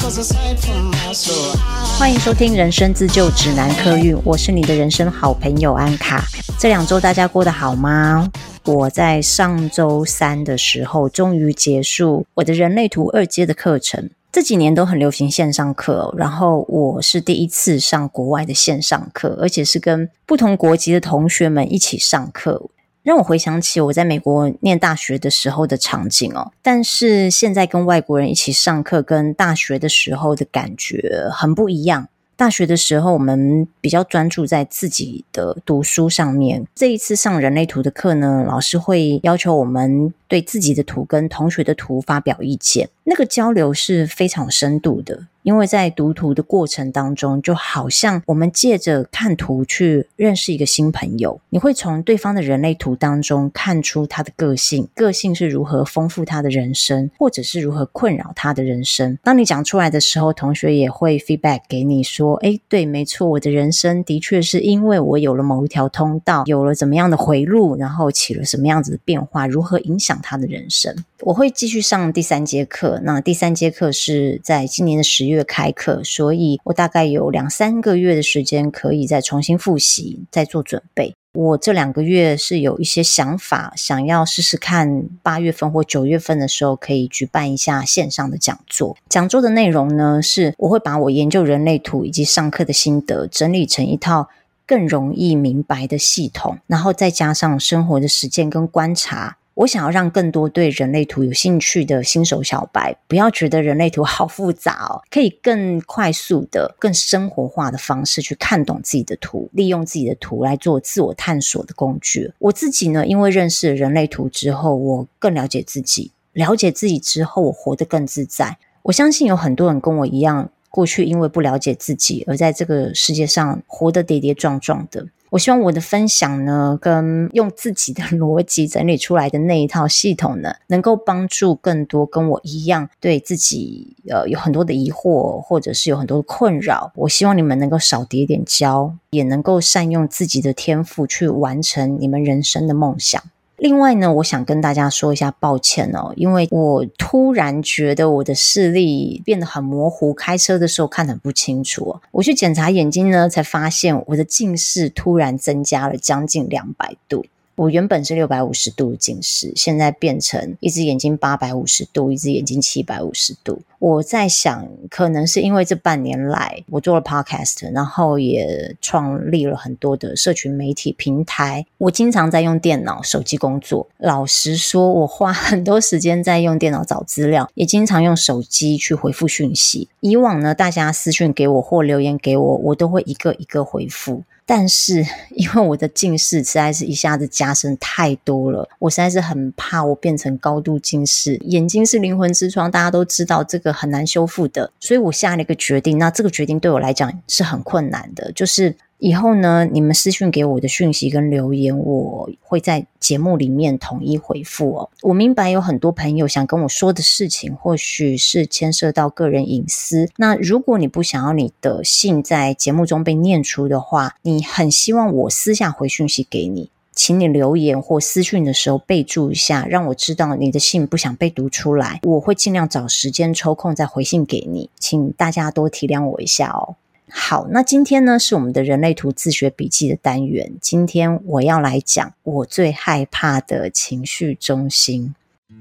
欢迎收听人生自救指南客运，我是你的人生好朋友安卡。这2周大家过得好吗？我在上周3的时候终于结束我的人类图2阶的课程。这几年都很流行线上课然后我是第一次上国外的线上课，而且是跟不同国籍的同学们一起上课，让我回想起我在美国念大学的时候的场景但是现在跟外国人一起上课跟大学的时候的感觉很不一样。大学的时候我们比较专注在自己的读书上面，这一次上人类图的课呢，老师会要求我们对自己的图跟同学的图发表意见，那个交流是非常有深度的，因为在读图的过程当中，就好像我们借着看图去认识一个新朋友，你会从对方的人类图当中看出他的个性是如何丰富他的人生，或者是如何困扰他的人生。当你讲出来的时候，同学也会 feedback 给你说，对，没错，我的人生的确是因为我有了某一条通道，有了怎么样的回路，然后起了什么样子的变化，如何影响他的人生。我会继续上第3节课，那第3节课是在今年的10月开课，所以我大概有2-3个月的时间可以再重新复习，再做准备。我这2个月是有一些想法，想要试试看8月份或9月份的时候可以举办一下线上的讲座。讲座的内容呢，是我会把我研究人类图以及上课的心得整理成一套更容易明白的系统，然后再加上生活的实践跟观察。我想要让更多对人类图有兴趣的新手小白不要觉得人类图好复杂可以更快速的更生活化的方式去看懂自己的图，利用自己的图来做自我探索的工具。我自己呢，因为认识人类图之后，我更了解自己，了解自己之后我活得更自在。我相信有很多人跟我一样，过去因为不了解自己而在这个世界上活得跌跌撞撞的。我希望我的分享呢，跟用自己的逻辑整理出来的那一套系统呢，能够帮助更多跟我一样对自己有很多的疑惑，或者是有很多的困扰。我希望你们能够少跌点跤，也能够善用自己的天赋去完成你们人生的梦想。另外呢，我想跟大家说一下抱歉因为我突然觉得我的视力变得很模糊，开车的时候看得很不清楚我去检查眼睛呢，才发现我的近视突然增加了将近200度。我原本是650度的近视，现在变成一只眼睛850度，一只眼睛750度。我在想，可能是因为这半年来我做了 podcast， 然后也创立了很多的社群媒体平台。我经常在用电脑、手机工作。老实说，我花很多时间在用电脑找资料，也经常用手机去回复讯息。以往呢，大家私讯给我或留言给我，我都会一个一个回复。但是因为我的近视实在是一下子加深太多了，我实在是很怕我变成高度近视。眼睛是灵魂之窗，大家都知道这个很难修复的，所以我下了一个决定。那这个决定对我来讲是很困难的，就是以后呢，你们私讯给我的讯息跟留言，我会在节目里面统一回复我明白有很多朋友想跟我说的事情，或许是牵涉到个人隐私。那如果你不想要你的信在节目中被念出的话，你很希望我私下回讯息给你，请你留言或私讯的时候备注一下，让我知道你的信不想被读出来，我会尽量找时间抽空再回信给你，请大家多体谅我一下好，那今天呢是我们的人类图自学笔记的单元。今天我要来讲我最害怕的情绪中心。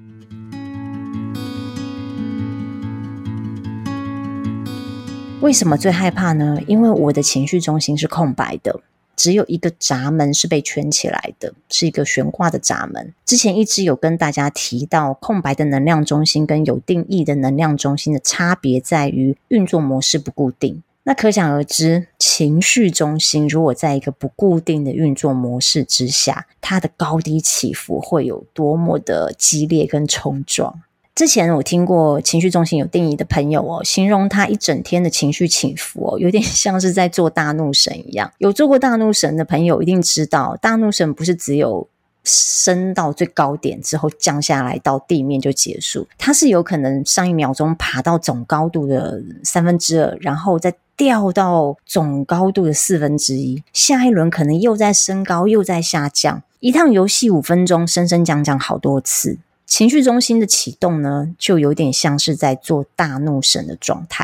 为什么最害怕呢？因为我的情绪中心是空白的，只有一个闸门是被圈起来的，是一个悬挂的闸门。之前一直有跟大家提到，空白的能量中心跟有定义的能量中心的差别在于运作模式不固定。那可想而知，情绪中心如果在一个不固定的运作模式之下，它的高低起伏会有多么的激烈跟冲撞。之前我听过情绪中心有定义的朋友形容他一整天的情绪起伏有点像是在做大怒神一样。有做过大怒神的朋友一定知道，大怒神不是只有升到最高点之后降下来到地面就结束，它是有可能上一秒钟爬到总高度的2/3，然后再掉到总高度的1/4，下一轮可能又在升高又在下降，一趟游戏5分钟升升降降好多次。情绪中心的启动呢，就有点像是在做大怒神的状态。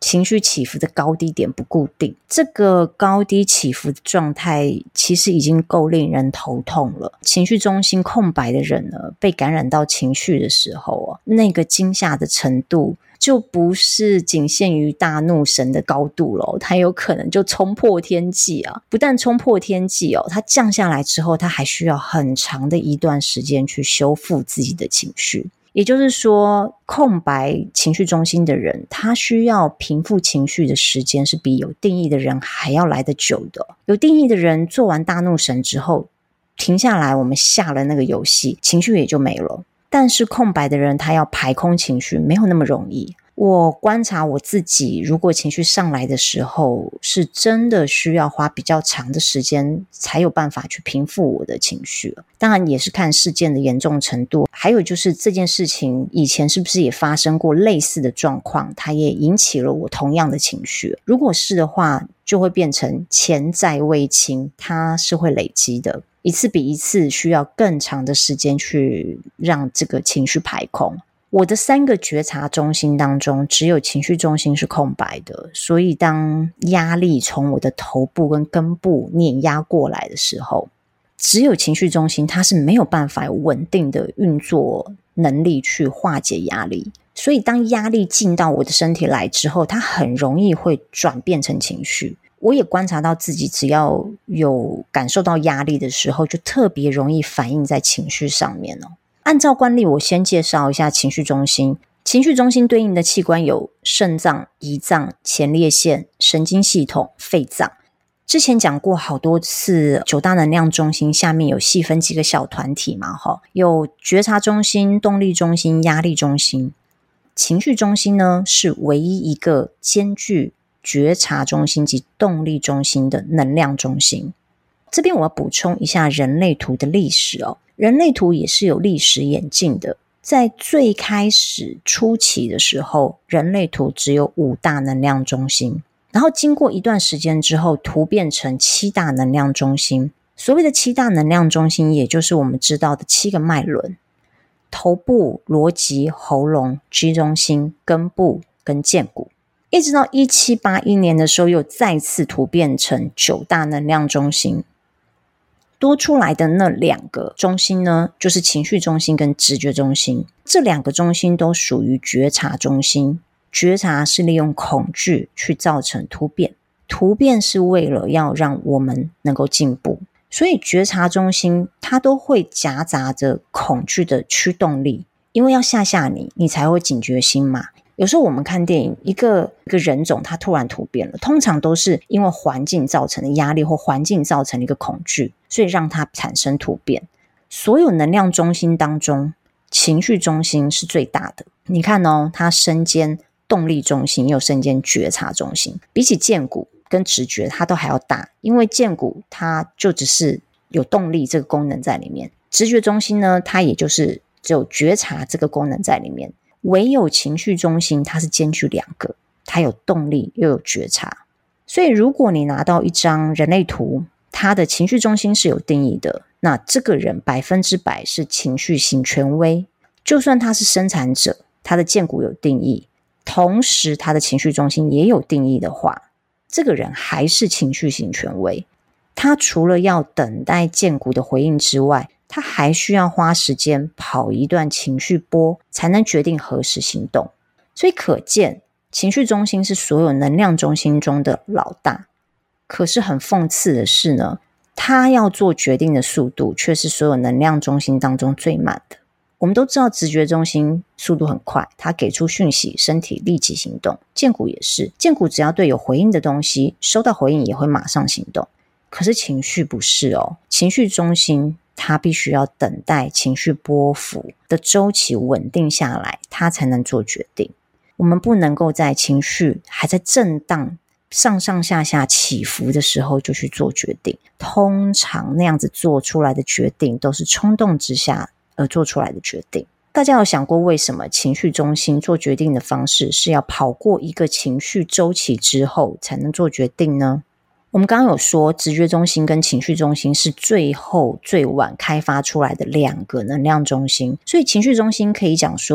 情绪起伏的高低点不固定，这个高低起伏的状态其实已经够令人头痛了。情绪中心空白的人呢，被感染到情绪的时候那个惊吓的程度就不是仅限于大怒神的高度了，它有可能就冲破天际啊！不但冲破天际它降下来之后，它还需要很长的一段时间去修复自己的情绪。也就是说，空白情绪中心的人，他需要平复情绪的时间是比有定义的人还要来得久的。有定义的人做完大怒神之后，停下来，我们下了那个游戏，情绪也就没了。但是空白的人，他要排空情绪没有那么容易。我观察我自己，如果情绪上来的时候，是真的需要花比较长的时间才有办法去平复我的情绪。当然也是看事件的严重程度，还有就是这件事情以前是不是也发生过类似的状况，它也引起了我同样的情绪。如果是的话，就会变成钱债未清，它是会累积的，一次比一次需要更长的时间去让这个情绪排空。我的3个觉察中心当中，只有情绪中心是空白的，所以当压力从我的头部跟根部碾压过来的时候，只有情绪中心它是没有办法有稳定的运作能力去化解压力，所以当压力进到我的身体来之后，它很容易会转变成情绪。我也观察到自己只要有感受到压力的时候，就特别容易反映在情绪上面按照惯例，我先介绍一下情绪中心。情绪中心对应的器官有肾脏、胰脏、前列腺、神经系统、肺脏。之前讲过好多次，9大能量中心下面有细分几个小团体嘛，有觉察中心、动力中心、压力中心。情绪中心呢，是唯一一个兼具觉察中心及动力中心的能量中心。这边我要补充一下人类图的历史人类图也是有历史演进的。在最开始初期的时候，人类图只有5大能量中心，然后经过一段时间之后，图变成7大能量中心。所谓的7大能量中心，也就是我们知道的7个脉轮：头部、逻辑、喉咙、G 中心、根部跟剑骨。一直到1781年的时候，又再次图变成9大能量中心。多出来的那2个中心呢，就是情绪中心跟直觉中心。这2个中心都属于觉察中心。觉察是利用恐惧去造成突变，突变是为了要让我们能够进步。所以觉察中心它都会夹杂着恐惧的驱动力，因为要吓你，你才会警觉心嘛。有时候我们看电影，一个人种他突然突变了，通常都是因为环境造成的压力或环境造成的一个恐惧，所以让它产生突变。所有能量中心当中，情绪中心是最大的。你看它身兼动力中心又身兼觉察中心，比起剑骨跟直觉它都还要大，因为剑骨它就只是有动力这个功能在里面，直觉中心呢，它也就是只有觉察这个功能在里面。唯有情绪中心它是兼具2个，它有动力又有觉察。所以如果你拿到一张人类图，它的情绪中心是有定义的，那这个人100%是情绪型权威。就算他是生产者，他的剑骨有定义，同时他的情绪中心也有定义的话，这个人还是情绪型权威。他除了要等待剑骨的回应之外，他还需要花时间跑一段情绪波，才能决定何时行动。所以可见，情绪中心是所有能量中心中的老大。可是很讽刺的是呢，他要做决定的速度却是所有能量中心当中最慢的。我们都知道直觉中心速度很快，它给出讯息，身体立即行动。剑骨也是，剑骨只要对有回应的东西，收到回应也会马上行动。可是情绪不是情绪中心它必须要等待情绪波幅的周期稳定下来，它才能做决定。我们不能够在情绪还在震荡上上下下起伏的时候就去做决定，通常那样子做出来的决定都是冲动之下而做出来的决定。大家有想过为什么情绪中心做决定的方式是要跑过一个情绪周期之后才能做决定呢？我们刚刚有说直觉中心跟情绪中心是最后最晚开发出来的2个能量中心，所以情绪中心可以讲说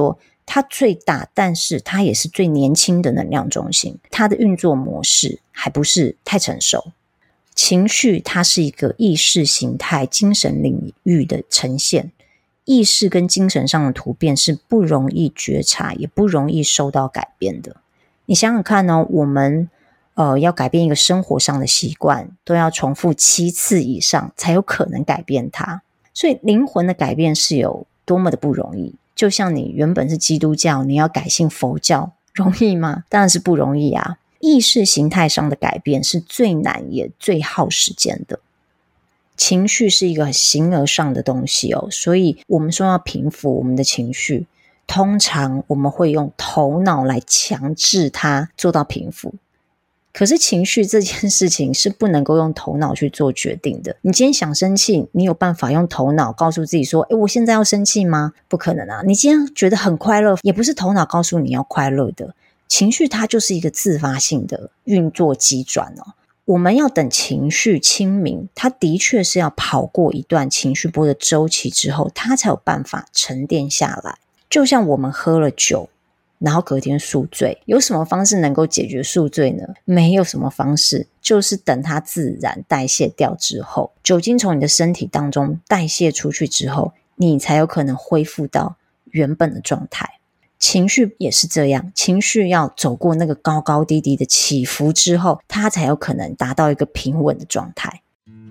它最大，但是它也是最年轻的能量中心，它的运作模式还不是太成熟。情绪它是一个意识形态、精神领域的呈现，意识跟精神上的突变是不容易觉察，也不容易受到改变的。你想想看哦，我们要改变一个生活上的习惯，都要重复7次以上才有可能改变它。所以灵魂的改变是有多么的不容易。就像你原本是基督教，你要改信佛教，容易吗？当然是不容易啊。意识形态上的改变是最难也最耗时间的。情绪是一个形而上的东西哦，所以我们说要平复我们的情绪，通常我们会用头脑来强制它做到平复。可是情绪这件事情是不能够用头脑去做决定的。你今天想生气，你有办法用头脑告诉自己说我现在要生气吗？不可能啊。你今天觉得很快乐，也不是头脑告诉你要快乐的。情绪它就是一个自发性的运作机转哦。我们要等情绪清明，它的确是要跑过一段情绪波的周期之后，它才有办法沉淀下来。就像我们喝了酒，然后隔天宿醉，有什么方式能够解决宿醉呢？没有什么方式，就是等它自然代谢掉之后，酒精从你的身体当中代谢出去之后，你才有可能恢复到原本的状态。情绪也是这样，情绪要走过那个高高低低的起伏之后，它才有可能达到一个平稳的状态。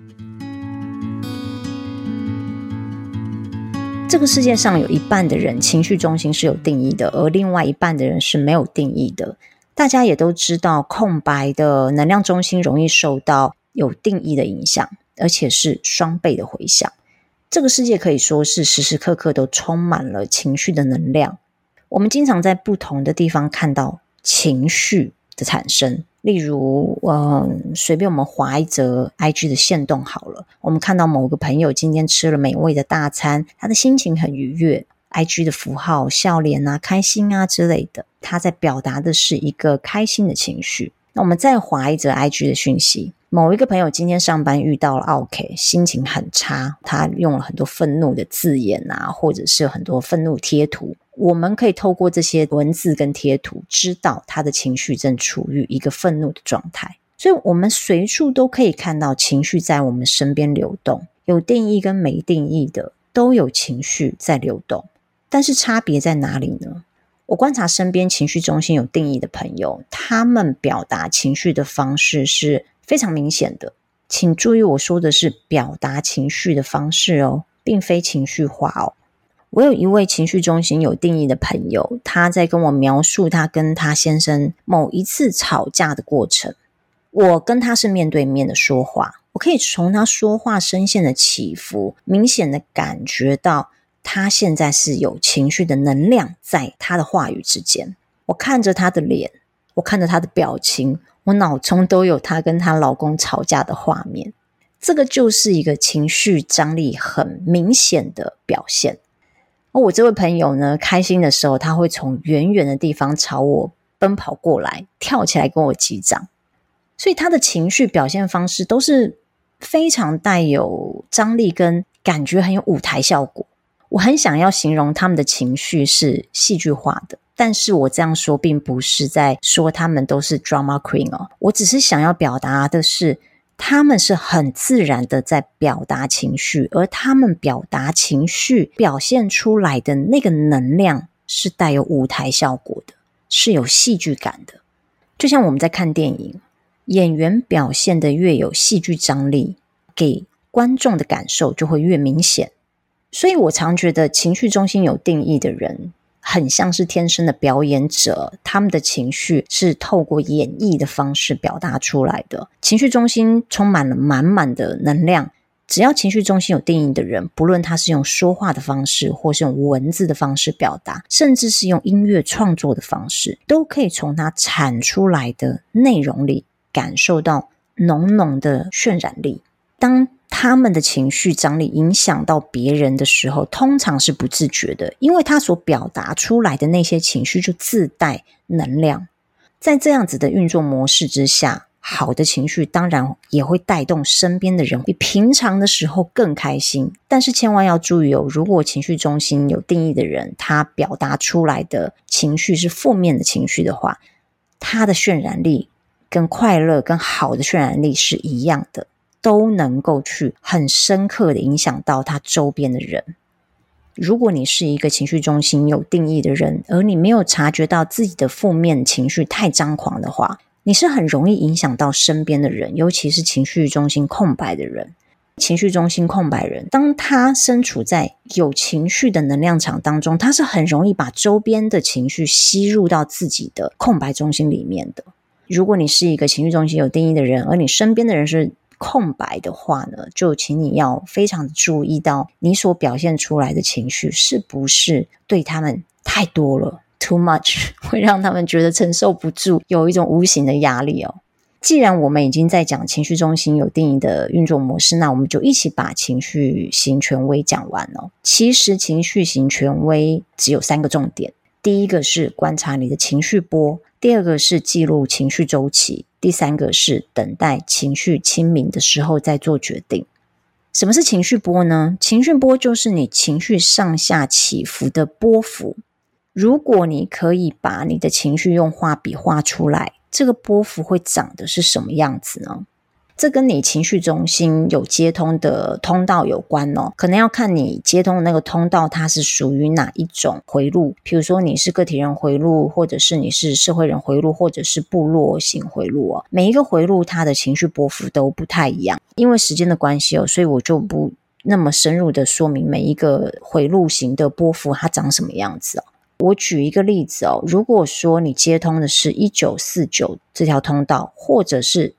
这个世界上有一半的人情绪中心是有定义的，而另外一半的人是没有定义的。大家也都知道，空白的能量中心容易受到有定义的影响，而且是双倍的回响。这个世界可以说是时时刻刻都充满了情绪的能量。我们经常在不同的地方看到情绪的产生，例如随便我们滑一则 IG 的限动好了，我们看到某个朋友今天吃了美味的大餐，他的心情很愉悦， IG 的符号笑脸啊、开心啊之类的，他在表达的是一个开心的情绪。那我们再滑一则 IG 的讯息，某一个朋友今天上班遇到了 OK， 心情很差，他用了很多愤怒的字眼啊，或者是很多愤怒贴图。我们可以透过这些文字跟贴图知道他的情绪正处于一个愤怒的状态。所以我们随处都可以看到情绪在我们身边流动，有定义跟没定义的都有情绪在流动。但是差别在哪里呢？我观察身边情绪中心有定义的朋友，他们表达情绪的方式是非常明显的。请注意我说的是表达情绪的方式哦，并非情绪化哦。我有一位情绪中心有定义的朋友，他在跟我描述他跟他先生某一次吵架的过程。我跟他是面对面的说话，我可以从他说话声线的起伏，明显的感觉到他现在是有情绪的能量在他的话语之间。我看着他的脸，我看着他的表情，我脑中都有他跟她老公吵架的画面。这个就是一个情绪张力很明显的表现。我这位朋友呢，开心的时候他会从远远的地方朝我奔跑过来，跳起来跟我击掌。所以他的情绪表现方式都是非常带有张力跟感觉很有舞台效果。我很想要形容他们的情绪是戏剧化的，但是我这样说并不是在说他们都是 drama queen 哦，我只是想要表达的是他们是很自然的在表达情绪，而他们表达情绪表现出来的那个能量是带有舞台效果的，是有戏剧感的。就像我们在看电影，演员表现的越有戏剧张力，给观众的感受就会越明显。所以我常觉得情绪中心有定义的人很像是天生的表演者，他们的情绪是透过演绎的方式表达出来的。情绪中心充满了满满的能量，只要情绪中心有定义的人，不论他是用说话的方式，或是用文字的方式表达，甚至是用音乐创作的方式，都可以从他产出来的内容里感受到浓浓的渲染力。当他们的情绪张力影响到别人的时候，通常是不自觉的，因为他所表达出来的那些情绪就自带能量。在这样子的运作模式之下， 好的情绪当然也会带动身边的人比平常的时候更开心。但是千万要注意哦，如果情绪中心有定义的人，他表达出来的情绪是负面的情绪的话，他的渲染力跟快乐跟好的渲染力是一样的，都能够去很深刻的影响到他周边的人。如果你是一个情绪中心有定义的人，而你没有察觉到自己的负面情绪太张狂的话，你是很容易影响到身边的人，尤其是情绪中心空白的人。情绪中心空白人，当他身处在有情绪的能量场当中，他是很容易把周边的情绪吸入到自己的空白中心里面的。如果你是一个情绪中心有定义的人，而你身边的人是空白的话呢，就请你要非常的注意到你所表现出来的情绪是不是对他们太多了， too much， 会让他们觉得承受不住，有一种无形的压力哦。既然我们已经在讲情绪中心有定义的运作模式，那我们就一起把情绪型权威讲完哦。其实情绪型权威只有3个重点，第一个是观察你的情绪波，第二个是记录情绪周期，第三个是等待情绪清明的时候再做决定。什么是情绪波呢？情绪波就是你情绪上下起伏的波幅。如果你可以把你的情绪用画笔画出来，这个波幅会长的是什么样子呢？这跟你情绪中心有接通的通道有关哦，可能要看你接通的那个通道它是属于哪一种回路，比如说你是个体人回路，或者是你是社会人回路，或者是部落型回路哦。每一个回路它的情绪波幅都不太一样，因为时间的关系哦，所以我就不那么深入的说明每一个回路型的波幅它长什么样子哦。我举一个例子哦，如果说你接通的是1949这条通道，或者是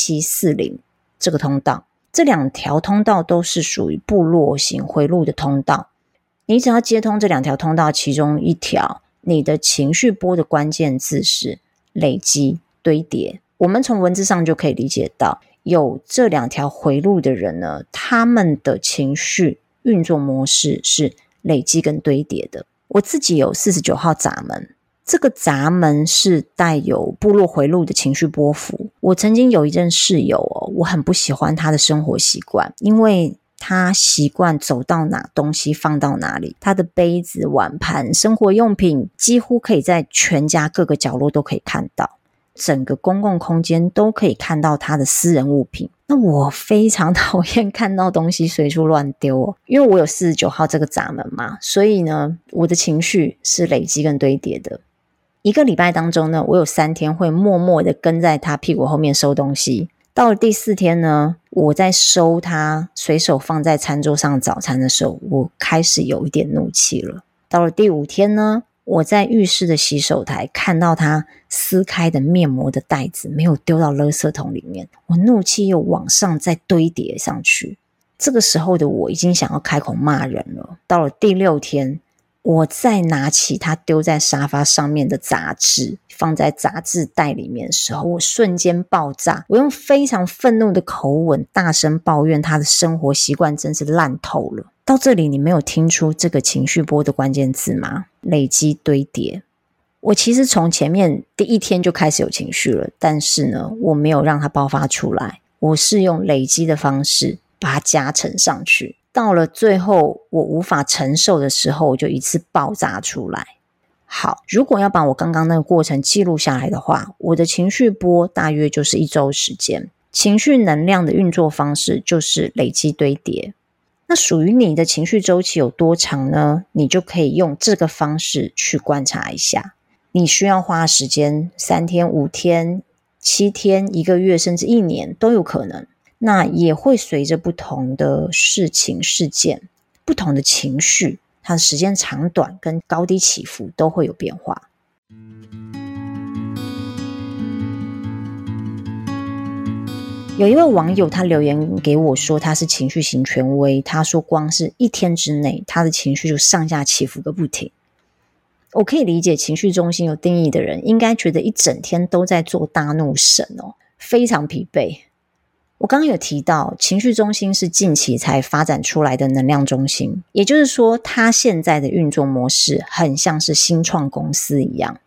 3740这个通道，这2条通道都是属于部落型回路的通道。你只要接通这2条通道其中一条，你的情绪波的关键字是累积堆叠。我们从文字上就可以理解到，有这2条回路的人呢，他们的情绪运作模式是累积跟堆叠的。我自己有49号闸门，这个闸门是带有部落回路的情绪波幅。我曾经有一任室友哦，我很不喜欢他的生活习惯，因为他习惯走到哪东西放到哪里，他的杯子、碗盘、生活用品几乎可以在全家各个角落都可以看到，整个公共空间都可以看到他的私人物品。那我非常讨厌看到东西随处乱丢哦，因为我有49号这个闸门嘛，所以呢，我的情绪是累积跟堆叠的。一个礼拜当中呢，我有3天会默默的跟在他屁股后面收东西。到了第4天呢，我在收他随手放在餐桌上早餐的时候，我开始有一点怒气了。到了第5天呢，我在浴室的洗手台看到他撕开的面膜的袋子没有丢到垃圾桶里面，我怒气又往上再堆叠上去。这个时候的我已经想要开口骂人了。到了第6天，我再拿起他丢在沙发上面的杂志，放在杂志袋里面的时候，我瞬间爆炸。我用非常愤怒的口吻大声抱怨他的生活习惯真是烂透了。到这里你没有听出这个情绪波的关键字吗？累积堆叠。我其实从前面第1天就开始有情绪了，但是呢，我没有让它爆发出来，我是用累积的方式把它加成上去。到了最后我无法承受的时候，我就一次爆炸出来。好，如果要把我刚刚那个过程记录下来的话，我的情绪波大约就是1周时间。情绪能量的运作方式就是累积堆叠。那属于你的情绪周期有多长呢？你就可以用这个方式去观察一下。你需要花时间3天、5天、7天、1个月甚至1年都有可能。那也会随着不同的事情事件、不同的情绪，它的时间长短跟高低起伏都会有变化。有一位网友他留言给我说他是情绪型权威，他说光是1天之内他的情绪就上下起伏个不停。我可以理解情绪中心有定义的人应该觉得一整天都在做大怒神哦，非常疲惫。我刚刚有提到情绪中心是近期才发展出来的能量中心，也就是说它现在的运作模式很像是新创公司一样。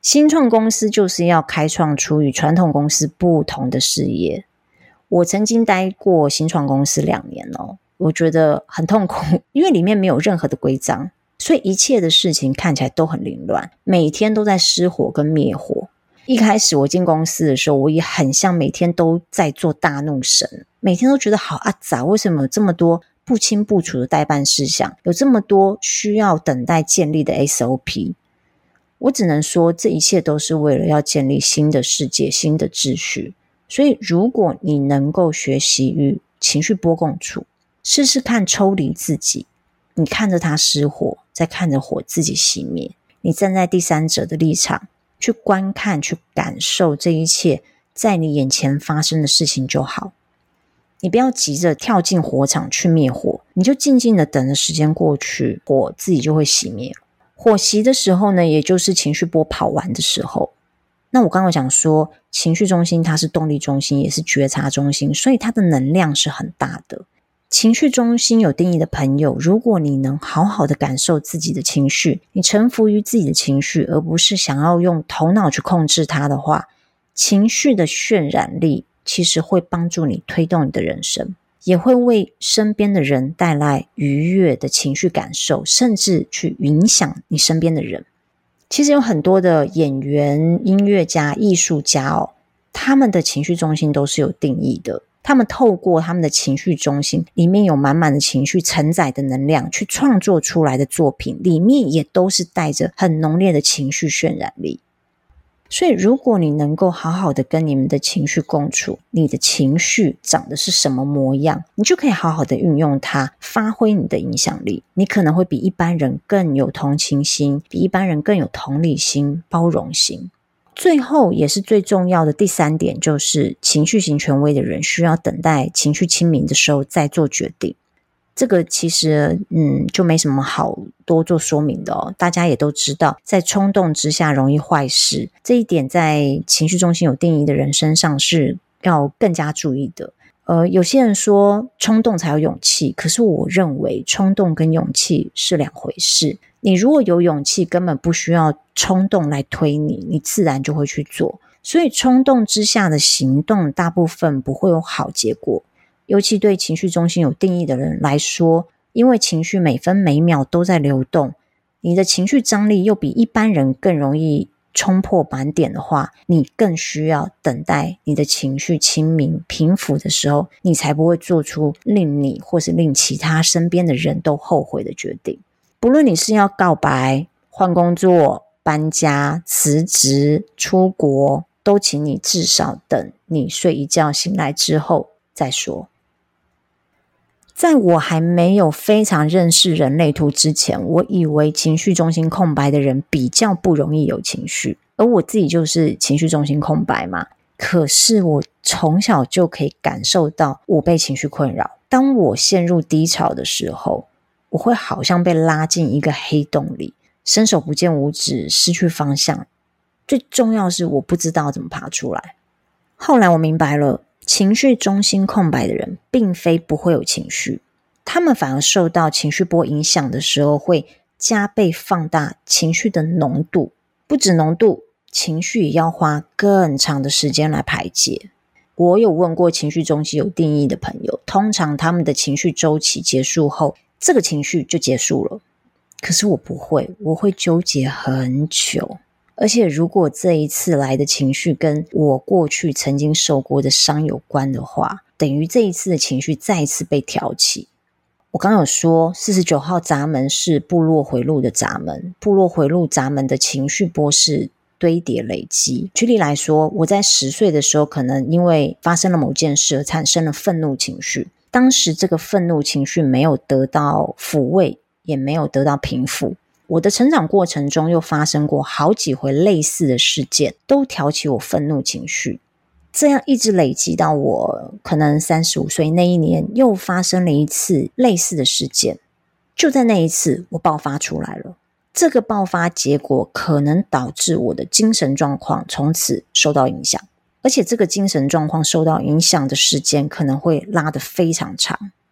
新创公司就是要开创出与传统公司不同的事业。我曾经待过新创公司2年我觉得很痛苦，因为里面没有任何的规章，所以一切的事情看起来都很凌乱，每天都在失火跟灭火。一开始我进公司的时候，我也很像每天都在做大怒神，每天都觉得好阿杂，为什么有这么多不清不楚的待办事项，有这么多需要等待建立的 SOP。 我只能说这一切都是为了要建立新的世界，新的秩序。所以如果你能够学习与情绪波共处，试试看抽离自己，你看着它失火，再看着火自己熄灭，你站在第三者的立场去观看，去感受这一切在你眼前发生的事情就好。你不要急着跳进火场去灭火，你就静静的等着时间过去，火自己就会熄灭。火熄的时候呢，也就是情绪波跑完的时候。那我刚刚讲说，情绪中心它是动力中心，也是觉察中心，所以它的能量是很大的。情绪中心有定义的朋友，如果你能好好的感受自己的情绪，你臣服于自己的情绪，而不是想要用头脑去控制它的话，情绪的渲染力其实会帮助你推动你的人生，也会为身边的人带来愉悦的情绪感受，甚至去影响你身边的人。其实有很多的演员、音乐家、艺术家他们的情绪中心都是有定义的，他们透过他们的情绪中心里面有满满的情绪承载的能量去创作出来的作品，里面也都是带着很浓烈的情绪渲染力。所以如果你能够好好的跟你们的情绪共处，你的情绪长的是什么模样，你就可以好好的运用它，发挥你的影响力。你可能会比一般人更有同情心，比一般人更有同理心、包容心。最后也是最重要的第3点，就是情绪型权威的人需要等待情绪清明的时候再做决定。这个其实就没什么好多做说明的大家也都知道，在冲动之下容易坏事，这一点在情绪中心有定义的人身上是要更加注意的。有些人说冲动才有勇气，可是我认为冲动跟勇气是2回事。你如果有勇气，根本不需要冲动来推你，你自然就会去做。所以冲动之下的行动大部分不会有好结果，尤其对情绪中心有定义的人来说，因为情绪每分每秒都在流动，你的情绪张力又比一般人更容易冲破满点的话，你更需要等待你的情绪清明平复的时候，你才不会做出令你或是令其他身边的人都后悔的决定。不论你是要告白、换工作、搬家、辞职、出国，都请你至少等你睡一觉醒来之后再说。在我还没有非常认识人类图之前，我以为情绪中心空白的人比较不容易有情绪，而我自己就是情绪中心空白嘛。可是我从小就可以感受到我被情绪困扰，当我陷入低潮的时候，我会好像被拉进一个黑洞里，伸手不见五指，失去方向。最重要的是我不知道怎么爬出来。后来我明白了，情绪中心空白的人并非不会有情绪，他们反而受到情绪波影响的时候会加倍放大情绪的浓度，不止浓度，情绪也要花更长的时间来排解。我有问过情绪中心有定义的朋友，通常他们的情绪周期结束后，这个情绪就结束了。可是我不会，我会纠结很久。而且如果这一次来的情绪跟我过去曾经受过的伤有关的话，等于这一次的情绪再一次被挑起。我刚有说49号闸门是部落回路的闸门，部落回路闸门的情绪波是堆叠累积。举例来说，我在10岁的时候，可能因为发生了某件事而产生了愤怒情绪，当时这个愤怒情绪没有得到抚慰，也没有得到平复。我的成长过程中又发生过好几回类似的事件，都挑起我愤怒情绪，这样一直累积到我可能35岁那一年，又发生了一次类似的事件。就在那一次我爆发出来了，这个爆发结果可能导致我的精神状况从此受到影响，而且这个精神状况受到影响的时间可能会拉得非常长。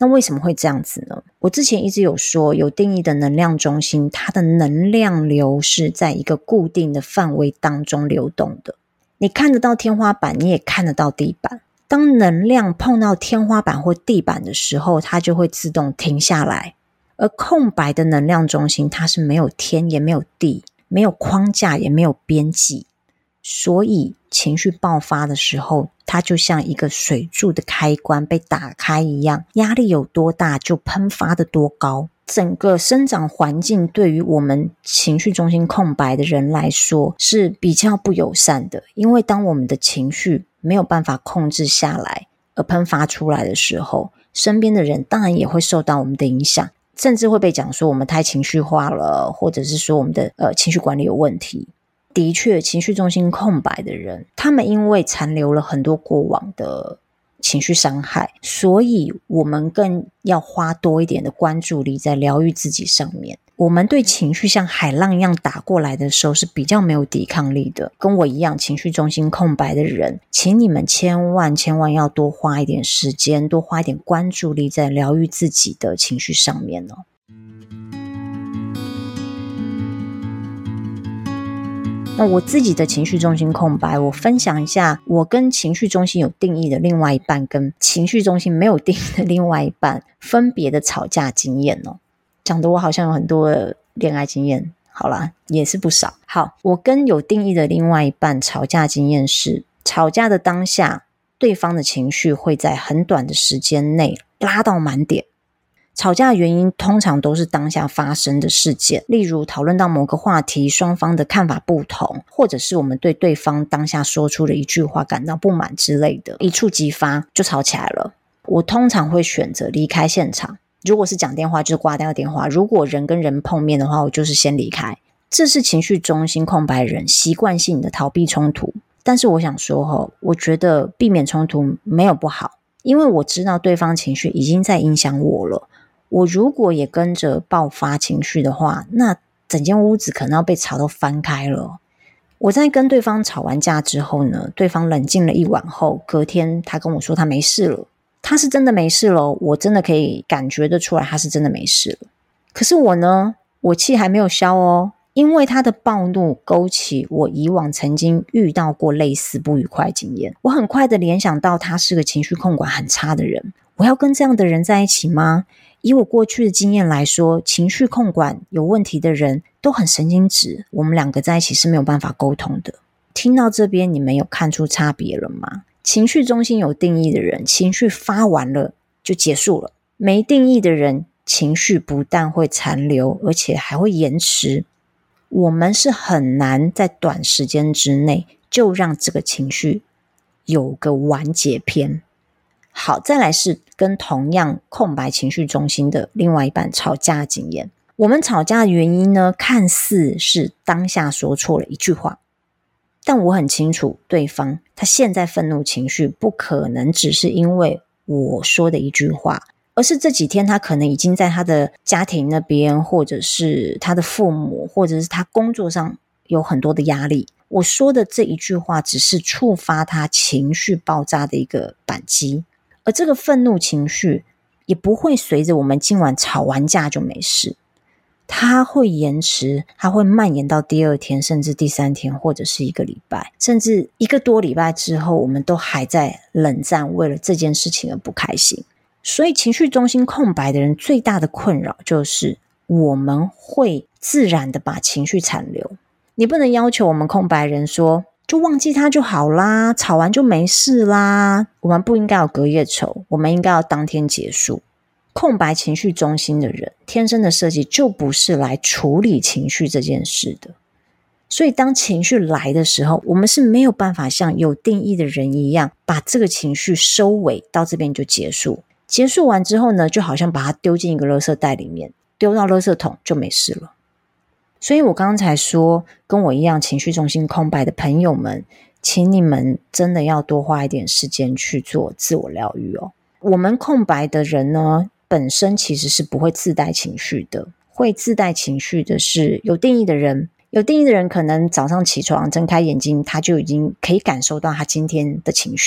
那为什么会这样子呢？我之前一直有说，有定义的能量中心，它的能量流是在一个固定的范围当中流动的。你看得到天花板，你也看得到地板。当能量碰到天花板或地板的时候，它就会自动停下来。而空白的能量中心，它是没有天也没有地，没有框架也没有边际，所以情绪爆发的时候，它就像一个水柱的开关被打开一样，压力有多大就喷发的多高。整个生长环境对于我们情绪中心空白的人来说是比较不友善的，因为当我们的情绪没有办法控制下来而喷发出来的时候，身边的人当然也会受到我们的影响，甚至会被讲说我们太情绪化了，或者是说我们的情绪管理有问题。的确，情绪中心空白的人，他们因为残留了很多过往的情绪伤害，所以我们更要花多一点的关注力在疗愈自己上面。我们对情绪像海浪一样打过来的时候是比较没有抵抗力的。跟我一样情绪中心空白的人，请你们千万要多花一点时间，多花一点关注力在疗愈自己的情绪上面哦。那我自己的情绪中心空白，我分享一下我跟情绪中心有定义的另外一半跟情绪中心没有定义的另外一半分别的吵架经验哦。讲得我好像有很多的恋爱经验，好啦，也是不少。好，我跟有定义的另外一半吵架经验是，吵架的当下，对方的情绪会在很短的时间内拉到满点。吵架的原因通常都是当下发生的事件，例如讨论到某个话题，双方的看法不同，或者是我们对对方当下说出的一句话感到不满之类的，一触即发就吵起来了。我通常会选择离开现场，如果是讲电话就是挂掉电话，如果人跟人碰面的话，我就是先离开。这是情绪中心空白人习惯性的逃避冲突。但是我想说我觉得避免冲突没有不好，因为我知道对方情绪已经在影响我了。我如果也跟着爆发情绪的话，那整间屋子可能要被吵到翻开了。我在跟对方吵完架之后呢，对方冷静了一晚后，隔天他跟我说他没事了。他是真的没事了，我真的可以感觉得出来他是真的没事了。可是我呢，我气还没有消哦，因为他的暴怒勾起我以往曾经遇到过类似不愉快经验。我很快的联想到他是个情绪控管很差的人，我要跟这样的人在一起吗？以我过去的经验来说，情绪控管有问题的人都很神经质，我们两个在一起是没有办法沟通的。听到这边，你们有看出差别了吗？情绪中心有定义的人，情绪发完了就结束了；没定义的人，情绪不但会残留，而且还会延迟。我们是很难在短时间之内就让这个情绪有个完结篇。好，再来是跟同样空白情绪中心的另外一半吵架的经验。我们吵架的原因呢，看似是当下说错了一句话，但我很清楚对方他现在愤怒情绪不可能只是因为我说的一句话，而是这几天他可能已经在他的家庭那边，或者是他的父母，或者是他工作上有很多的压力。我说的这一句话只是触发他情绪爆炸的一个扳机，而这个愤怒情绪也不会随着我们今晚吵完架就没事，它会延迟，它会蔓延到第二天，甚至第三天，或者是1个礼拜，甚至1个多礼拜之后，我们都还在冷战，为了这件事情而不开心。所以情绪中心空白的人最大的困扰就是我们会自然的把情绪残留。你不能要求我们空白人说就忘记他就好啦，吵完就没事啦。我们不应该有隔夜仇，我们应该要当天结束。空白情绪中心的人天生的设计就不是来处理情绪这件事的，所以当情绪来的时候，我们是没有办法像有定义的人一样把这个情绪收尾，到这边就结束。结束完之后呢，就好像把它丢进一个垃圾袋里面，丢到垃圾桶就没事了。所以我刚才说跟我一样情绪中心空白的朋友们，请你们真的要多花一点时间去做自我疗愈哦。我们空白的人呢，本身其实是不会自带情绪的，会自带情绪的是有定义的人。有定义的人可能早上起床睁开眼睛，他就已经可以感受到他今天的情绪。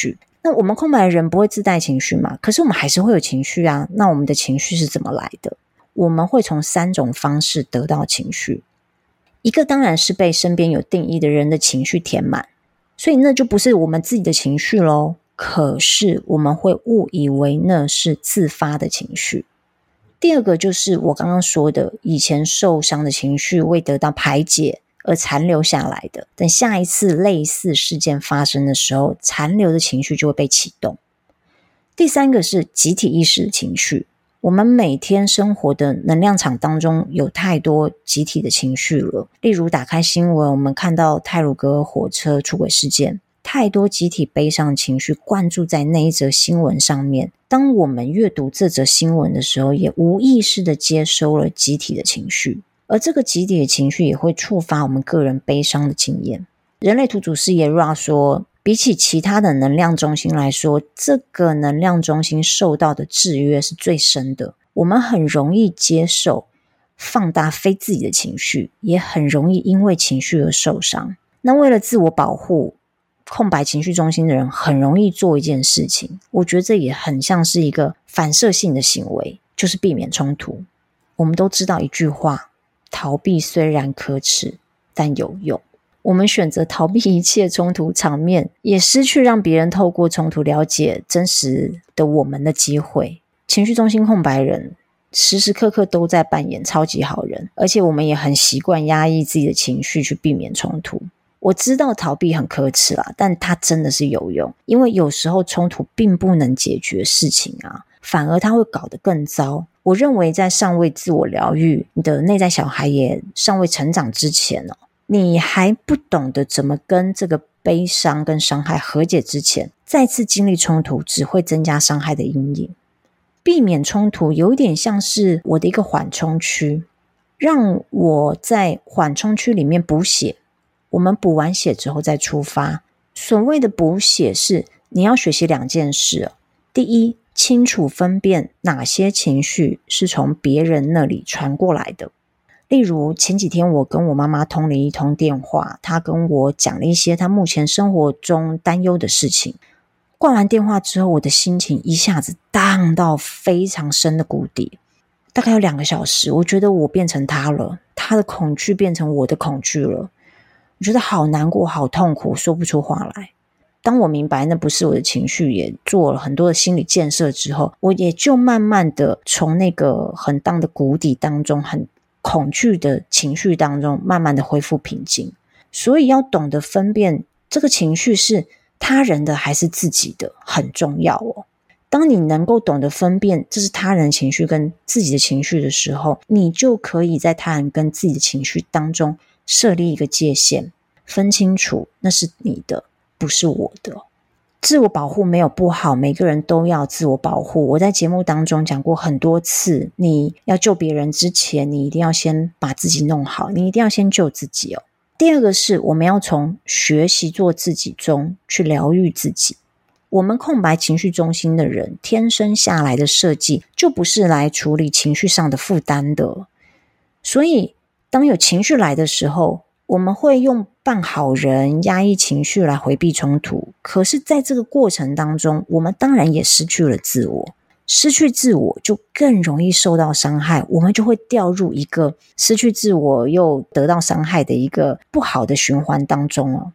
那我们空白的人不会自带情绪嘛？可是我们还是会有情绪啊。那我们的情绪是怎么来的？我们会从3种方式得到情绪。一个当然是被身边有定义的人的情绪填满，所以那就不是我们自己的情绪咯。可是我们会误以为那是自发的情绪。第二个就是我刚刚说的，以前受伤的情绪未得到排解而残留下来的，等下一次类似事件发生的时候，残留的情绪就会被启动。第三个是集体意识的情绪，我们每天生活的能量场当中有太多集体的情绪了，例如打开新闻，我们看到太鲁阁火车出轨事件，太多集体悲伤的情绪灌注在那一则新闻上面，当我们阅读这则新闻的时候，也无意识的接收了集体的情绪，而这个集体的情绪也会触发我们个人悲伤的经验。人类图祖师爷 Ra 说，比起其他的能量中心来说，这个能量中心受到的制约是最深的。我们很容易接受放大非自己的情绪，也很容易因为情绪而受伤。那为了自我保护，空白情绪中心的人很容易做一件事情，我觉得这也很像是一个反射性的行为，就是避免冲突。我们都知道一句话，逃避虽然可耻，但有用。我们选择逃避一切冲突场面，也失去让别人透过冲突了解真实的我们的机会。情绪中心空白人时时刻刻都在扮演超级好人，而且我们也很习惯压抑自己的情绪去避免冲突。我知道逃避很可耻啦，但它真的是有用，因为有时候冲突并不能解决事情啊，反而它会搞得更糟。我认为在尚未自我疗愈，你的内在小孩也尚未成长之前你还不懂得怎么跟这个悲伤跟伤害和解之前，再次经历冲突只会增加伤害的阴影。避免冲突有点像是我的一个缓冲区，让我在缓冲区里面补血，我们补完血之后再出发。所谓的补血是你要学习2件事。第一，清楚分辨哪些情绪是从别人那里传过来的。例如前几天我跟我妈妈通了一通电话，她跟我讲了一些她目前生活中担忧的事情。挂完电话之后，我的心情一下子荡到非常深的谷底，大概有2个小时，我觉得我变成她了，她的恐惧变成我的恐惧了，我觉得好难过好痛苦，说不出话来。当我明白那不是我的情绪，也做了很多的心理建设之后，我也就慢慢的从那个很荡的谷底当中，很恐惧的情绪当中慢慢的恢复平静。所以要懂得分辨这个情绪是他人的还是自己的很重要当你能够懂得分辨这是他人的情绪跟自己的情绪的时候，你就可以在他人跟自己的情绪当中设立一个界限，分清楚那是你的不是我的。自我保护没有不好，每个人都要自我保护。我在节目当中讲过很多次，你要救别人之前，你一定要先把自己弄好，你一定要先救自己第二个是我们要从学习做自己中去疗愈自己。我们空白情绪中心的人，天生下来的设计就不是来处理情绪上的负担的，所以当有情绪来的时候，我们会用扮好人压抑情绪来回避冲突，可是在这个过程当中，我们当然也失去了自我，失去自我就更容易受到伤害，我们就会掉入一个失去自我又得到伤害的一个不好的循环当中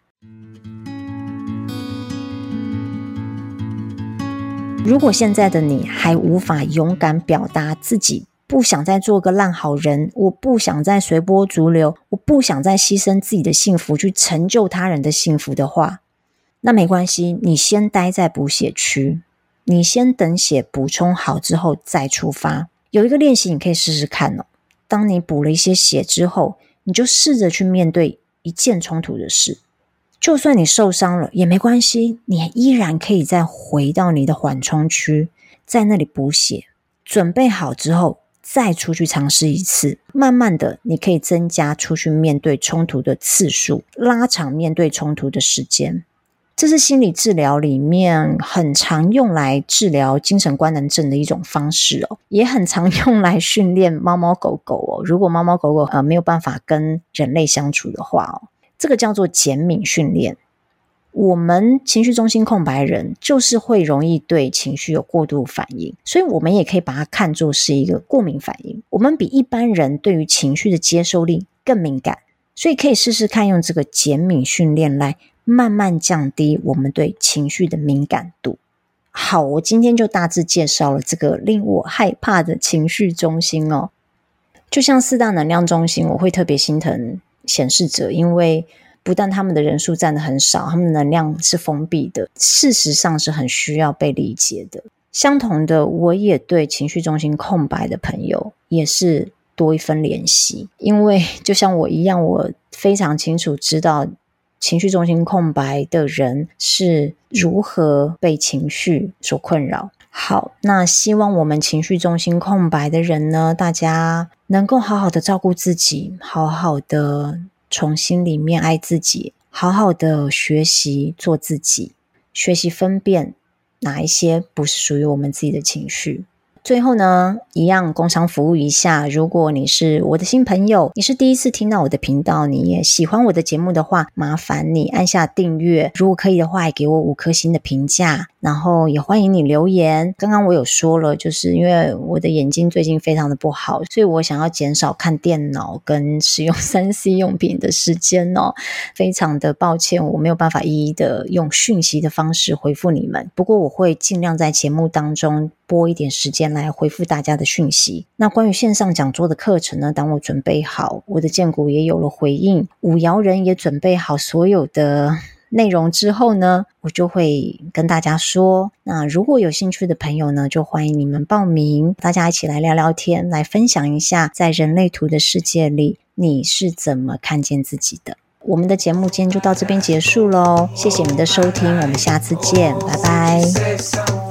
如果现在的你还无法勇敢表达自己不想再做个烂好人，我不想再随波逐流，我不想再牺牲自己的幸福去成就他人的幸福的话，那没关系，你先待在补血区，你先等血补充好之后再出发。有一个练习你可以试试看当你补了一些血之后，你就试着去面对一件冲突的事，就算你受伤了也没关系，你依然可以再回到你的缓冲区，在那里补血，准备好之后再出去尝试一次，慢慢的你可以增加出去面对冲突的次数，拉长面对冲突的时间。这是心理治疗里面很常用来治疗精神官能症的一种方式也很常用来训练猫猫狗狗如果猫猫狗狗没有办法跟人类相处的话这个叫做减敏训练。 我们情绪中心空白人就是会容易对情绪有过度反应，所以我们也可以把它看作是一个过敏反应。我们比一般人对于情绪的接受力更敏感，所以可以试试看用这个减敏训练来慢慢降低我们对情绪的敏感度。好，我今天就大致介绍了这个令我害怕的情绪中心哦。就像4大能量中心，我会特别心疼显示者，因为不但他们的人数占得很少，他们的能量是封闭的，事实上是很需要被理解的。相同的，我也对情绪中心空白的朋友也是多一分怜惜，因为就像我一样，我非常清楚知道情绪中心空白的人是如何被情绪所困扰。好，那希望我们情绪中心空白的人呢，大家能够好好的照顾自己，好好的从心里面爱自己，好好的学习做自己，学习分辨哪一些不是属于我们自己的情绪。最后呢，一样工商服务一下，如果你是我的新朋友，你是第一次听到我的频道，你也喜欢我的节目的话，麻烦你按下订阅，如果可以的话也给我5颗星的评价，然后也欢迎你留言。刚刚我有说了，就是因为我的眼睛最近非常的不好，所以我想要减少看电脑跟使用 3C 用品的时间哦，非常的抱歉，我没有办法一一的用讯息的方式回复你们，不过我会尽量在节目当中拨一点时间来回复大家的讯息。那关于线上讲座的课程呢，当我准备好，我的荐股也有了回应，五爻人也准备好所有的内容之后呢，我就会跟大家说，那如果有兴趣的朋友呢，就欢迎你们报名，大家一起来聊聊天，来分享一下在人类图的世界里你是怎么看见自己的。我们的节目今天就到这边结束咯，谢谢你的收听，我们下次见，拜拜。